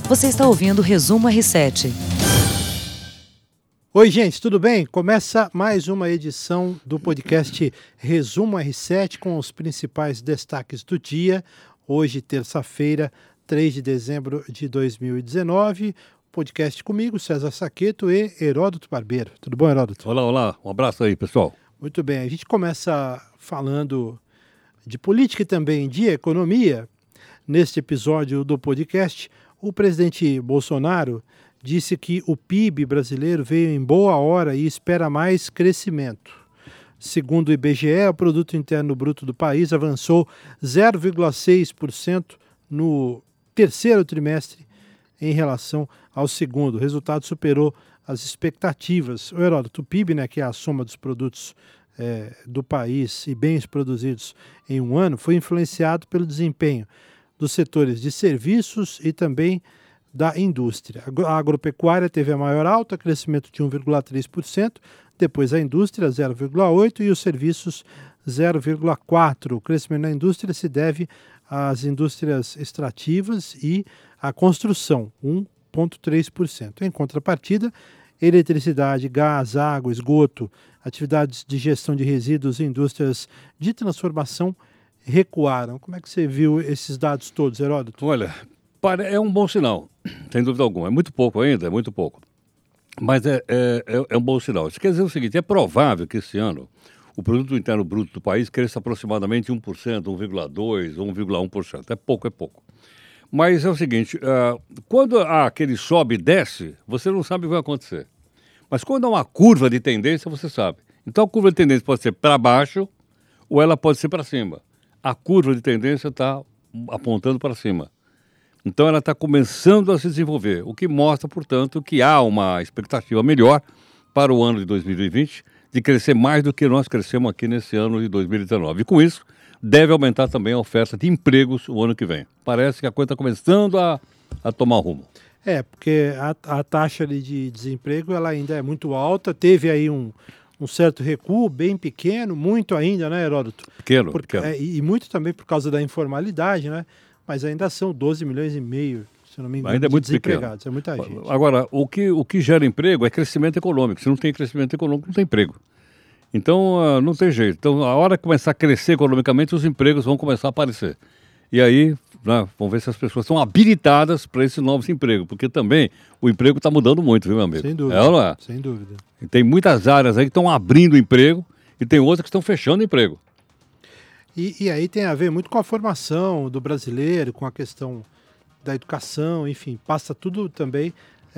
Você está ouvindo o Resumo R7. Oi, gente, tudo bem? Começa mais uma edição do podcast Resumo R7 com os principais destaques do dia. Hoje, terça-feira, 3 de dezembro de 2019. Podcast comigo, César Saqueto e Heródoto Barbeiro. Tudo bom, Heródoto? Olá. Um abraço aí, pessoal. Muito bem. A gente começa falando de política e também de economia. Neste episódio do podcast, o presidente Bolsonaro disse que o PIB brasileiro veio em boa hora e espera mais crescimento. Segundo o IBGE, o Produto Interno Bruto do país avançou 0,6% no terceiro trimestre em relação ao segundo. O resultado superou as expectativas. O Heródoto, o PIB, que é a soma dos produtos do país e bens produzidos em um ano, foi influenciado pelo desempenho dos setores de serviços e também da indústria. A agropecuária teve a maior alta, crescimento de 1,3%, depois a indústria 0,8% e os serviços 0,4%. O crescimento na indústria se deve às indústrias extrativas e à construção, 1,3%. Em contrapartida, eletricidade, gás, água, esgoto, atividades de gestão de resíduos e indústrias de transformação recuaram. Como é que você viu esses dados todos, Heródoto? Olha, é um bom sinal, sem dúvida alguma. É muito pouco ainda, é muito pouco. Mas é um bom sinal. Isso quer dizer o seguinte, é provável que esse ano o Produto Interno Bruto do país cresça aproximadamente 1%, 1,2%, 1,1%. É pouco. Mas é o seguinte, quando aquele sobe e desce, você não sabe o que vai acontecer. Mas quando há uma curva de tendência, você sabe. Então a curva de tendência pode ser para baixo ou ela pode ser para cima. A curva de tendência está apontando para cima. Então ela está começando a se desenvolver, o que mostra, portanto, que há uma expectativa melhor para o ano de 2020 de crescer mais do que nós crescemos aqui nesse ano de 2019. E com isso, deve aumentar também a oferta de empregos o ano que vem. Parece que a coisa está começando a tomar rumo. Porque a taxa de desemprego ela ainda é muito alta, teve aí um certo recuo, bem pequeno, muito ainda, né, Heródoto? Pequeno. E muito também por causa da informalidade, né? Mas ainda são 12 milhões e meio, se não me engano, ainda é muito desempregados. Pequeno. É muita gente. Agora, o que gera emprego é crescimento econômico. Se não tem crescimento econômico, não tem emprego. Então, não tem jeito. Então, a hora que começar a crescer economicamente, os empregos vão começar a aparecer. E aí, vamos ver se as pessoas estão habilitadas para esses novos empregos, porque também o emprego está mudando muito, viu, meu amigo? Sem dúvida. É ou não é? Sem dúvida. E tem muitas áreas aí que estão abrindo emprego e tem outras que estão fechando emprego. E aí tem a ver muito com a formação do brasileiro, com a questão da educação, enfim, passa tudo também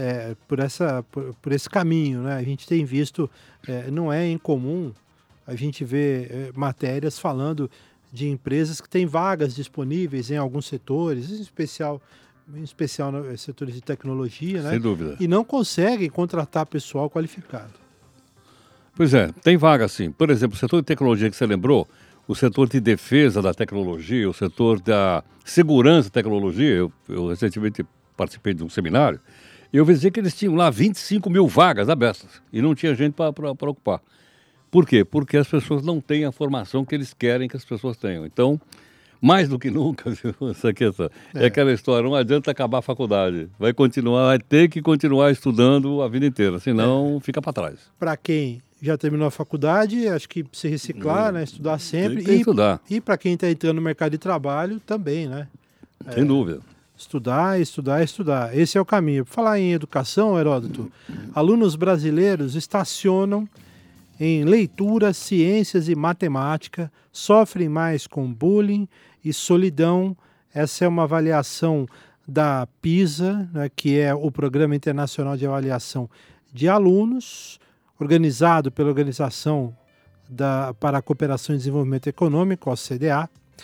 por esse caminho, né? A gente tem visto, não é incomum a gente ver matérias falando de empresas que têm vagas disponíveis em alguns setores, em especial nos setores de tecnologia, né? Sem dúvida. E não conseguem contratar pessoal qualificado. Pois é, tem vaga sim. Por exemplo, o setor de tecnologia que você lembrou, o setor de defesa da tecnologia, o setor da segurança da tecnologia, eu recentemente participei de um seminário, e eu vi dizer que eles tinham lá 25 mil vagas abertas e não tinha gente para ocupar. Por quê? Porque as pessoas não têm a formação que eles querem que as pessoas tenham. Então, mais do que nunca, essa questão, é aquela história, não adianta acabar a faculdade, vai ter que continuar estudando a vida inteira, senão fica para trás. Para quem já terminou a faculdade, acho que se reciclar, né? Estudar sempre. Tem que estudar. E para quem está entrando no mercado de trabalho também, né? Sem dúvida. Estudar. Esse é o caminho. Por falar em educação, Heródoto, alunos brasileiros estacionam em leitura, ciências e matemática, sofrem mais com bullying e solidão. Essa é uma avaliação da PISA, que é o Programa Internacional de Avaliação de Alunos, organizado pela Organização para a Cooperação e Desenvolvimento Econômico, OCDE,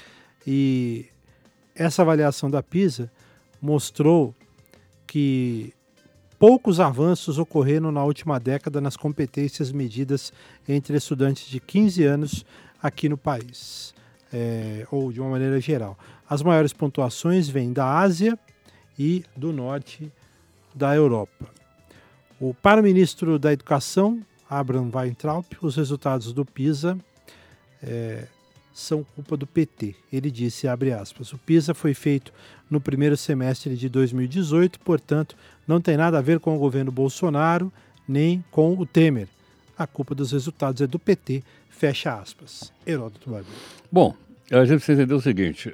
e essa avaliação da PISA mostrou que poucos avanços ocorreram na última década nas competências medidas entre estudantes de 15 anos aqui no país, ou de uma maneira geral. As maiores pontuações vêm da Ásia e do norte da Europa. Para o ministro da Educação, Abraham Weintraub, os resultados do PISA são culpa do PT. Ele disse, abre aspas, o PISA foi feito no primeiro semestre de 2018, portanto, não tem nada a ver com o governo Bolsonaro, nem com o Temer. A culpa dos resultados é do PT, fecha aspas. Heródoto Barbeiro. Bom, a gente precisa entender o seguinte,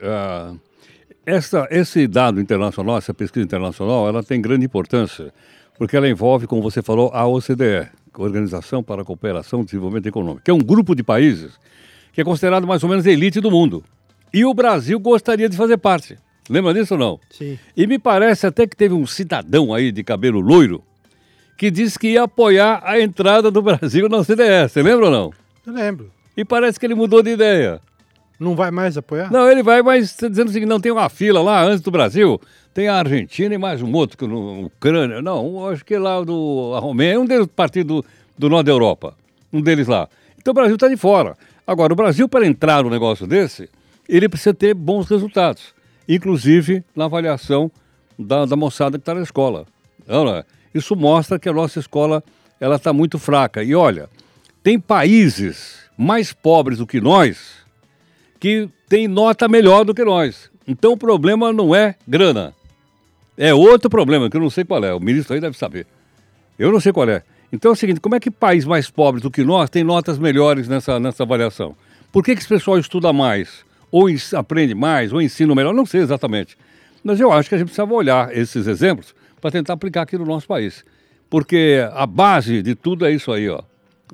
esse dado internacional, essa pesquisa internacional, ela tem grande importância, porque ela envolve, como você falou, a OCDE, Organização para a Cooperação e Desenvolvimento Econômico, que é um grupo de países que é considerado mais ou menos a elite do mundo. E o Brasil gostaria de fazer parte. Lembra disso ou não? Sim. E me parece até que teve um cidadão aí de cabelo loiro que disse que ia apoiar a entrada do Brasil na OCDE. Você lembra ou não? Eu lembro. E parece que ele mudou de ideia. Não vai mais apoiar? Não, ele vai, mas está dizendo o seguinte, não, tem uma fila lá antes do Brasil, tem a Argentina e mais um outro, que no Ucrânia, não, acho que é lá a Romênia, um deles partido do norte da Europa, um deles lá. Então o Brasil está de fora. Agora, o Brasil, para entrar num negócio desse, ele precisa ter bons resultados, inclusive na avaliação da moçada que está na escola. Isso mostra que a nossa escola ela está muito fraca. E olha, tem países mais pobres do que nós que tem nota melhor do que nós. Então o problema não é grana. É outro problema, que eu não sei qual é. O ministro aí deve saber. Eu não sei qual é. Então é o seguinte, como é que países mais pobres do que nós tem notas melhores nessa avaliação? Por que esse pessoal estuda mais? Ou aprende mais, ou ensina melhor? Não sei exatamente. Mas eu acho que a gente precisava olhar esses exemplos para tentar aplicar aqui no nosso país. Porque a base de tudo é isso aí, ó.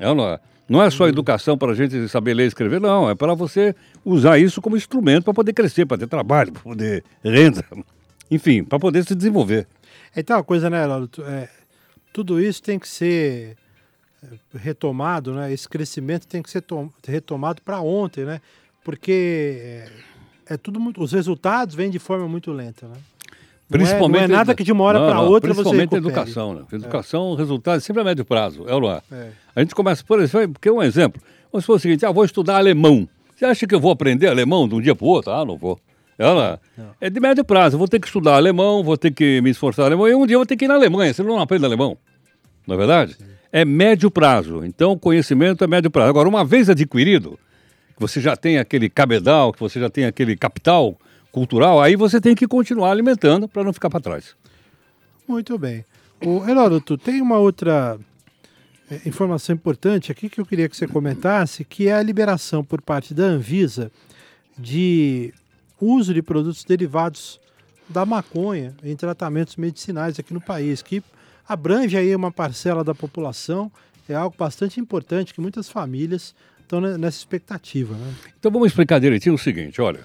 Não é só educação para a gente saber ler e escrever, não. É para você usar isso como instrumento para poder crescer, para ter trabalho, para poder renda, enfim, para poder se desenvolver. Então, uma coisa, né, Heródoto? Tudo isso tem que ser retomado, né? Esse crescimento tem que ser retomado para ontem, né? Porque tudo muito, os resultados vêm de forma muito lenta, né? Principalmente, não é nada que de uma hora para outra você recupere. Principalmente a educação, né? Educação, o resultado é sempre a médio prazo, é ou não é? A gente começa, por exemplo, porque um exemplo, vamos supor o seguinte, vou estudar alemão. Você acha que eu vou aprender alemão de um dia para o outro? Não vou. É de médio prazo, eu vou ter que estudar alemão, vou ter que me esforçar alemão, e um dia eu vou ter que ir na Alemanha, senão eu não aprendo alemão. Não é verdade? Sim. É médio prazo, então o conhecimento é médio prazo. Agora, uma vez adquirido, que você já tem aquele cabedal, que você já tem aquele capital cultural, aí você tem que continuar alimentando para não ficar para trás. Muito bem. Heródoto, tem uma outra informação importante aqui que eu queria que você comentasse, que é a liberação por parte da Anvisa de uso de produtos derivados da maconha em tratamentos medicinais aqui no país, que abrange aí uma parcela da população, é algo bastante importante que muitas famílias estão nessa expectativa, né? Então vamos explicar direitinho o seguinte, olha,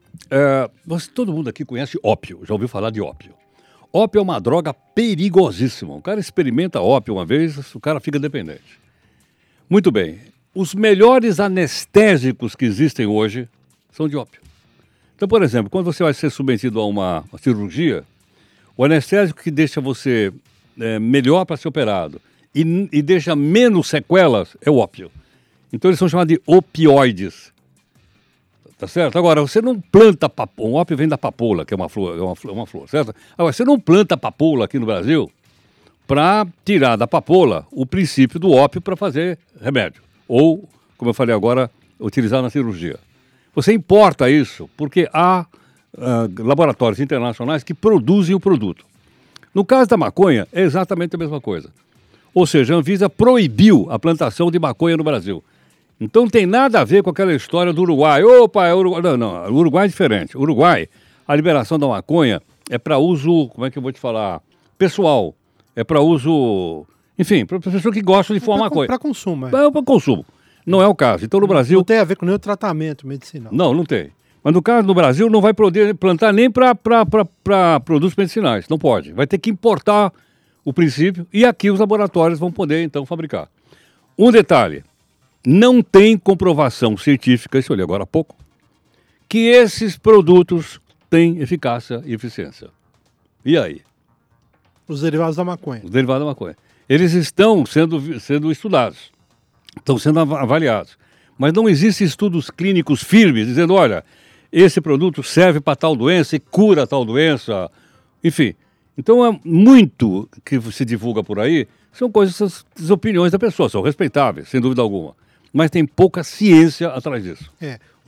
todo mundo aqui conhece ópio, já ouviu falar de ópio. Ópio é uma droga perigosíssima, o cara experimenta ópio uma vez, o cara fica dependente. Muito bem, os melhores anestésicos que existem hoje são de ópio. Então, por exemplo, quando você vai ser submetido a uma cirurgia, o anestésico que deixa você melhor para ser operado e deixa menos sequelas é o ópio. Então eles são chamados de opioides. Tá certo? Agora, você não planta papoula, o ópio vem da papoula, que é uma flor, certo? Agora, você não planta papoula aqui no Brasil para tirar da papoula o princípio do ópio para fazer remédio. Ou, como eu falei agora, utilizar na cirurgia. Você importa isso porque há laboratórios internacionais que produzem o produto. No caso da maconha, é exatamente a mesma coisa. Ou seja, a Anvisa proibiu a plantação de maconha no Brasil. Então não tem nada a ver com aquela história do Uruguai. Opa, é Uruguai. Não, o Uruguai é diferente. O Uruguai, a liberação da maconha é para uso, como é que eu vou te falar? Pessoal. É para uso, enfim, para pessoas que gostam de fumar maconha. Para consumo, É para consumo. Não é o caso. Então no Brasil... Não tem a ver com nenhum tratamento medicinal. Não tem. Mas no caso, no Brasil, não vai poder plantar nem para produtos medicinais. Não pode. Vai ter que importar o princípio e aqui os laboratórios vão poder, então, fabricar. Um detalhe. Não tem comprovação científica, isso eu li agora há pouco, que esses produtos têm eficácia e eficiência. E aí? Os derivados da maconha. Os derivados da maconha. Eles estão sendo estudados, estão sendo avaliados. Mas não existem estudos clínicos firmes dizendo, olha, esse produto serve para tal doença e cura tal doença, enfim. Então, é muito que se divulga por aí, são coisas, as opiniões da pessoa, são respeitáveis, sem dúvida alguma. Mas tem pouca ciência atrás disso.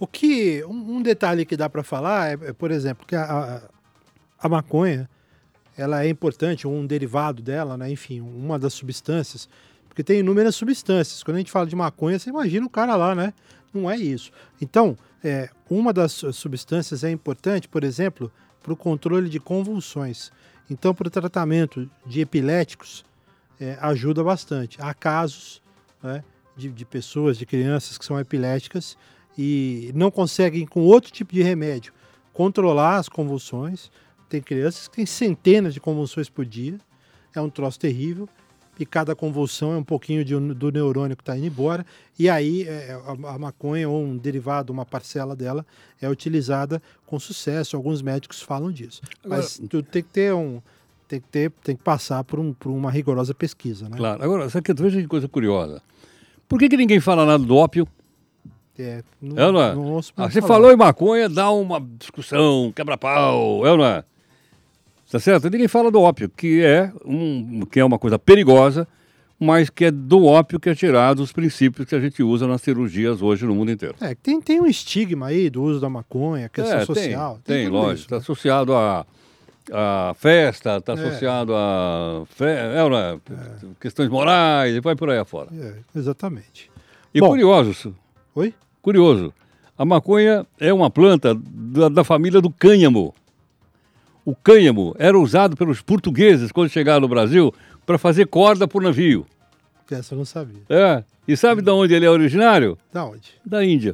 Um detalhe que dá para falar por exemplo, que a maconha, ela é importante, um derivado dela, né? Enfim, uma das substâncias, porque tem inúmeras substâncias. Quando a gente fala de maconha, você imagina o cara lá, né? Não é isso. Então, uma das substâncias é importante, por exemplo, para o controle de convulsões. Então, para o tratamento de epiléticos, ajuda bastante. Há casos, né, de pessoas, de crianças que são epiléticas e não conseguem, com outro tipo de remédio, controlar as convulsões. Tem crianças que têm centenas de convulsões por dia. É um troço terrível. E cada convulsão é um pouquinho do neurônio que está indo embora. E aí a maconha ou um derivado, uma parcela dela, é utilizada com sucesso. Alguns médicos falam disso. Agora, mas tudo tem que ter tem que passar por uma rigorosa pesquisa, né? Claro. Agora, veja que coisa curiosa. Por que ninguém fala nada do ópio? Não é? Não ouço Você falar. falou em maconha, dá uma discussão, quebra-pau, não é? Tá certo? Ninguém fala do ópio, que é uma coisa perigosa, mas que é do ópio que é tirado os princípios que a gente usa nas cirurgias hoje no mundo inteiro. Tem um estigma aí do uso da maconha, questão social. Tem, tudo lógico. isso, Está né? associado a festa, está associado a questões morais e vai por aí afora. Exatamente. E Bom, curioso, Oi? a maconha é uma planta da família do cânhamo. O cânhamo era usado pelos portugueses quando chegaram no Brasil para fazer corda para o navio. Essa eu não sabia. E sabe de onde ele é originário? Da onde? Da Índia.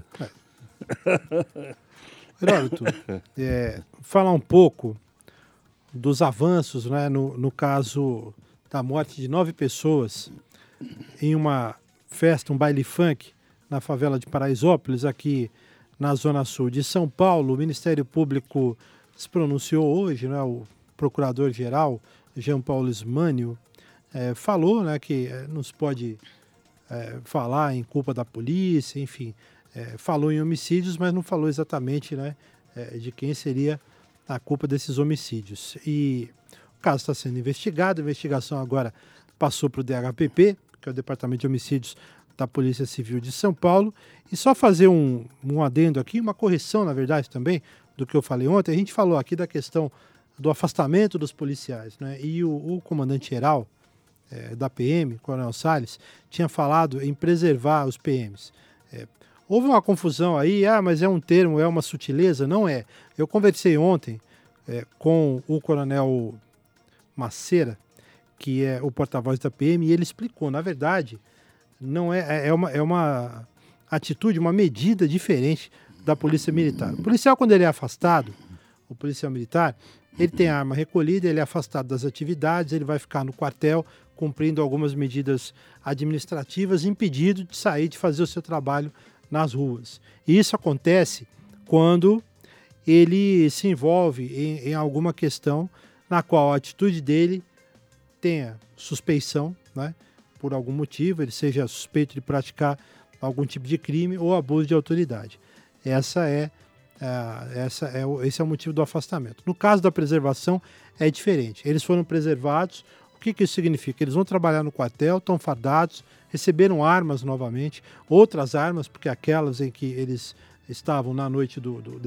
Heródoto, falar um pouco dos avanços, né, no caso da morte de 9 pessoas em uma festa, um baile funk, na favela de Paraisópolis, aqui na Zona Sul de São Paulo. O Ministério Público se pronunciou hoje, né, o Procurador-Geral, Jean Paulo Ismânio, falou, né, que não se pode falar em culpa da polícia, enfim, falou em homicídios, mas não falou exatamente, né, de quem seria a culpa desses homicídios. E o caso está sendo investigado, a investigação agora passou para o DHPP, que é o Departamento de Homicídios da Polícia Civil de São Paulo. E só fazer um adendo aqui, uma correção, na verdade, também, do que eu falei ontem. A gente falou aqui da questão do afastamento dos policiais, né? E o comandante-geral da PM, Coronel Salles, tinha falado em preservar os PMs. Houve uma confusão aí, mas é um termo, é uma sutileza? Não é. Eu conversei ontem com o Coronel Macera, que é o porta-voz da PM, e ele explicou, na verdade, não é uma atitude, uma medida diferente da Polícia Militar. O policial, quando ele é afastado, o policial militar, ele tem a arma recolhida, ele é afastado das atividades, ele vai ficar no quartel cumprindo algumas medidas administrativas, impedido de sair, de fazer o seu trabalho nas ruas. E isso acontece quando ele se envolve em alguma questão na qual a atitude dele tenha suspeição, né, por algum motivo, ele seja suspeito de praticar algum tipo de crime ou abuso de autoridade. Esse é o motivo do afastamento. No caso da preservação, é diferente. Eles foram preservados. O que isso significa? Eles vão trabalhar no quartel, estão fardados, receberam armas novamente, outras armas, porque aquelas em que eles estavam na noite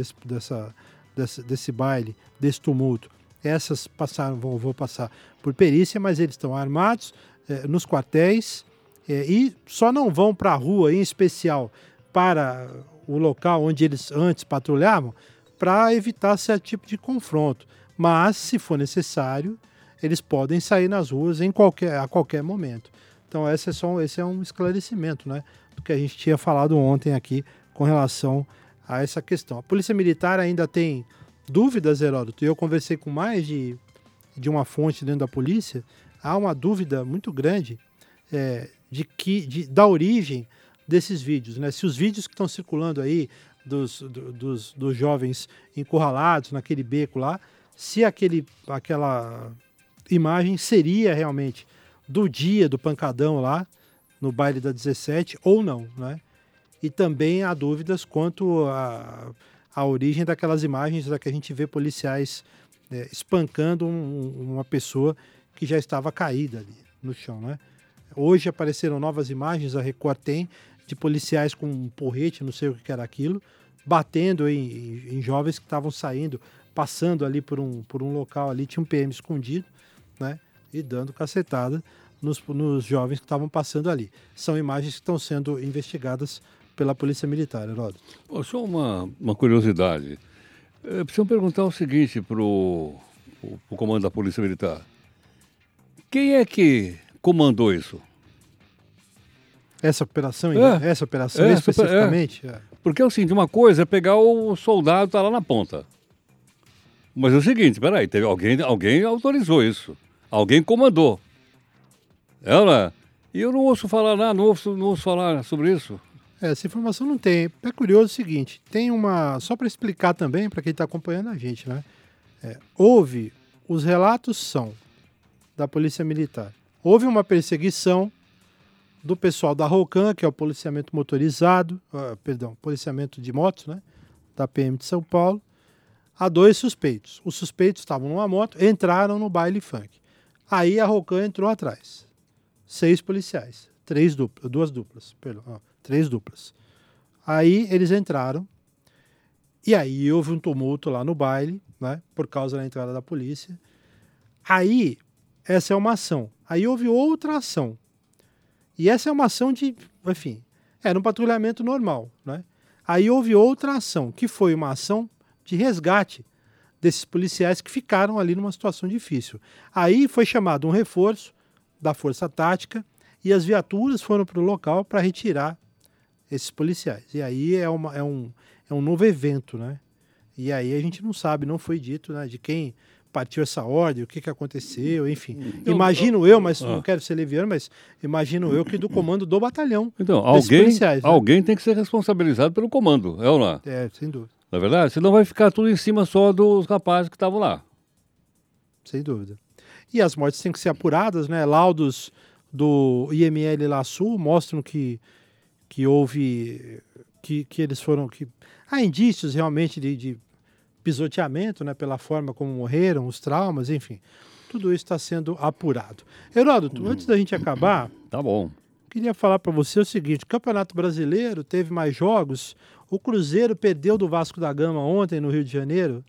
desse baile, desse tumulto, essas vão passar por perícia, mas eles estão armados nos quartéis e só não vão para a rua, em especial para o local onde eles antes patrulhavam, para evitar certo tipo de confronto. Mas, se for necessário, eles podem sair nas ruas a qualquer momento. Então, esse é um esclarecimento, né, do que a gente tinha falado ontem aqui com relação a essa questão. A Polícia Militar ainda tem dúvidas, Heródoto, e eu conversei com mais de uma fonte dentro da polícia. Há uma dúvida muito grande da origem desses vídeos, né? Se os vídeos que estão circulando aí dos jovens encurralados naquele beco lá, se aquela imagem seria realmente do dia do pancadão lá no baile da 17 ou não, né? E também há dúvidas quanto à origem daquelas imagens da que a gente vê policiais espancando uma pessoa que já estava caída ali no chão, né? Hoje apareceram novas imagens, a Record tem, de policiais com um porrete, não sei o que era aquilo, batendo em jovens que estavam saindo, passando ali por um local ali, tinha um PM escondido, né? E dando cacetada nos jovens que estavam passando ali. São imagens que estão sendo investigadas pela Polícia Militar, Heródoto. Só uma curiosidade. Precisamos perguntar o seguinte para o comando da Polícia Militar. Quem é que comandou isso? Essa operação especificamente? Porque é o seguinte, uma coisa é pegar o soldado que está lá na ponta. Mas é o seguinte, peraí, teve alguém autorizou isso. Alguém comandou. Ela. E eu não ouço falar nada, não ouço falar sobre isso. Essa informação não tem. É curioso o seguinte, tem uma... Só para explicar também, para quem está acompanhando a gente, né? Os relatos são da Polícia Militar. Houve uma perseguição do pessoal da ROCAM, que é o policiamento motorizado, policiamento de motos, né? Da PM de São Paulo, a 2 suspeitos. Os suspeitos estavam numa moto, entraram no baile funk. Aí a ROCAM entrou atrás. 6 policiais, 3 duplas. Aí eles entraram, e aí houve um tumulto lá no baile, né, por causa da entrada da polícia. Aí, essa é uma ação. Aí houve outra ação. E essa é uma ação era um patrulhamento normal, né? Aí houve outra ação, que foi uma ação de resgate desses policiais que ficaram ali numa situação difícil. Aí foi chamado um reforço da Força Tática e as viaturas foram para o local para retirar esses policiais. E aí é um novo evento, né? E aí a gente não sabe, não foi dito, né, de quem partiu essa ordem, o que aconteceu, enfim. Imagino eu, mas não quero ser leviano, mas imagino eu que do comando do batalhão desses policiais. Alguém tem que ser responsabilizado pelo comando, é ou não? Sem dúvida. Não é verdade? Senão vai ficar tudo em cima só dos rapazes que estavam lá. Sem dúvida. E as mortes têm que ser apuradas, né? Laudos do IML lá Sul mostram que houve... que eles foram... há indícios realmente de pisoteamento, né? Pela forma como morreram, os traumas, enfim. Tudo isso está sendo apurado. Heródoto, antes da gente acabar... Tá bom. Queria falar para você o seguinte, o Campeonato Brasileiro teve mais jogos, o Cruzeiro perdeu do Vasco da Gama ontem no Rio de Janeiro,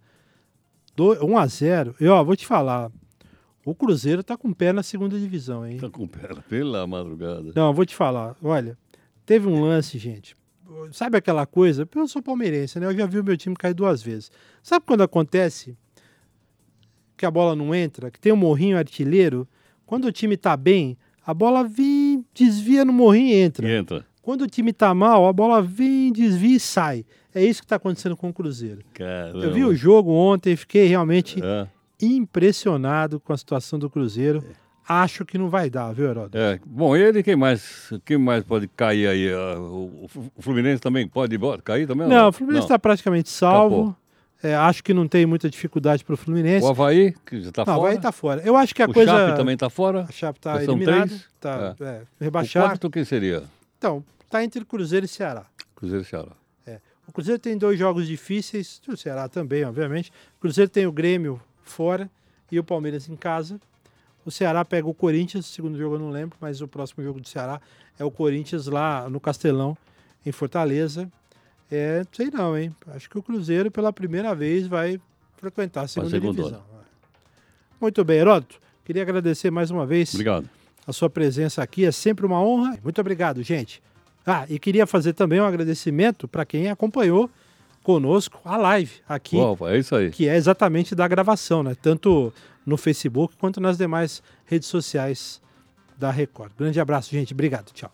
1-0. E vou te falar, o Cruzeiro tá com o pé na segunda divisão, hein? Tá com o pé pela madrugada. Não, vou te falar, olha, teve um lance, gente, sabe aquela coisa, eu sou palmeirense, né? Eu já vi o meu time cair 2 vezes. Sabe quando acontece que a bola não entra, que tem um morrinho artilheiro? Quando o time tá bem, a bola vem, desvia no morrinho e entra. Quando o time tá mal, a bola vem, desvia e sai. É isso que está acontecendo com o Cruzeiro. Caramba. Eu vi o jogo ontem e fiquei realmente impressionado com a situação do Cruzeiro. Acho que não vai dar, viu, Heródoto? Bom, quem mais pode cair aí? O Fluminense também pode cair também? Não, o Fluminense está praticamente salvo. Acho que não tem muita dificuldade para o Fluminense. O Avaí, que já está fora. O Avaí está fora. Eu acho que o Chape também está fora. A Chape está eliminado. Está rebaixado. O quarto quem seria? Então, está entre Cruzeiro e Ceará. Cruzeiro e Ceará. O Cruzeiro tem 2 jogos difíceis, o Ceará também, obviamente. O Cruzeiro tem o Grêmio fora e o Palmeiras em casa. O Ceará pega o Corinthians, segundo jogo eu não lembro, mas o próximo jogo do Ceará é o Corinthians lá no Castelão, em Fortaleza. Sei não, hein? Acho que o Cruzeiro pela primeira vez vai frequentar a segunda divisão. Muito bem, Heródoto. Queria agradecer mais uma vez. Obrigado. A sua presença aqui é sempre uma honra. Muito obrigado, gente. E queria fazer também um agradecimento para quem acompanhou conosco a live aqui. É isso aí. Que é exatamente da gravação, né? Tanto no Facebook quanto nas demais redes sociais da Record. Grande abraço, gente. Obrigado. Tchau.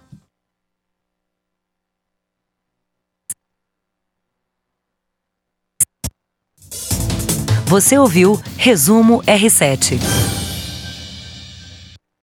Você ouviu Resumo R7.